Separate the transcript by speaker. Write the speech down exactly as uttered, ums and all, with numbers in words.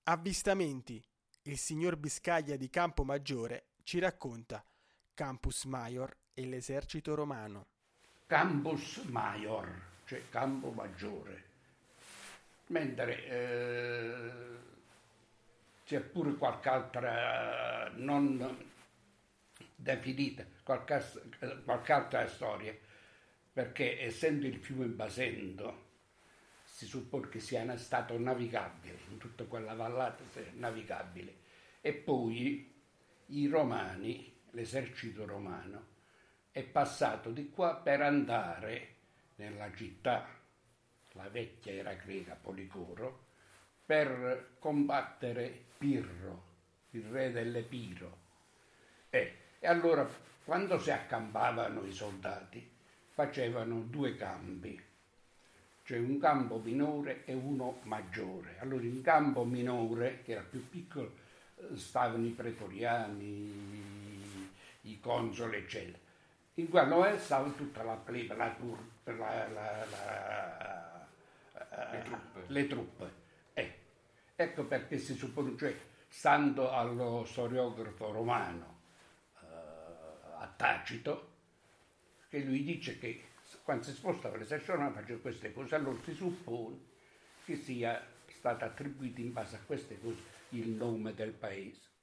Speaker 1: Avvistamenti. Il signor Biscaglia di Campomaggiore ci racconta Campus Maior e l'esercito romano.
Speaker 2: Campus Maior, cioè Campo Maggiore, mentre eh, c'è pure qualche altra non definita, qualche, qualche altra storia, perché essendo il fiume Basento si suppone che sia stato navigabile, in tutta quella vallata sia navigabile, e poi i romani, l'esercito romano, è passato di qua per andare nella città, la vecchia era greca, Policoro, per combattere Pirro, il re dell'Epiro. E, e allora, quando si accampavano i soldati, facevano due campi, cioè un campo minore e uno maggiore. Allora in campo minore, che era più piccolo, stavano i pretoriani, i consoli, eccetera. In quello stava tutta la plebe, la turpe, la, la, la,
Speaker 3: le truppe.
Speaker 2: Le truppe. Eh, ecco perché si suppone, cioè, stando allo storiografo romano, eh, a Tacito, che lui dice che quando si spostava l'esercito romano faceva queste cose, allora si suppone che sia stato attribuito in base a queste cose il nome del paese.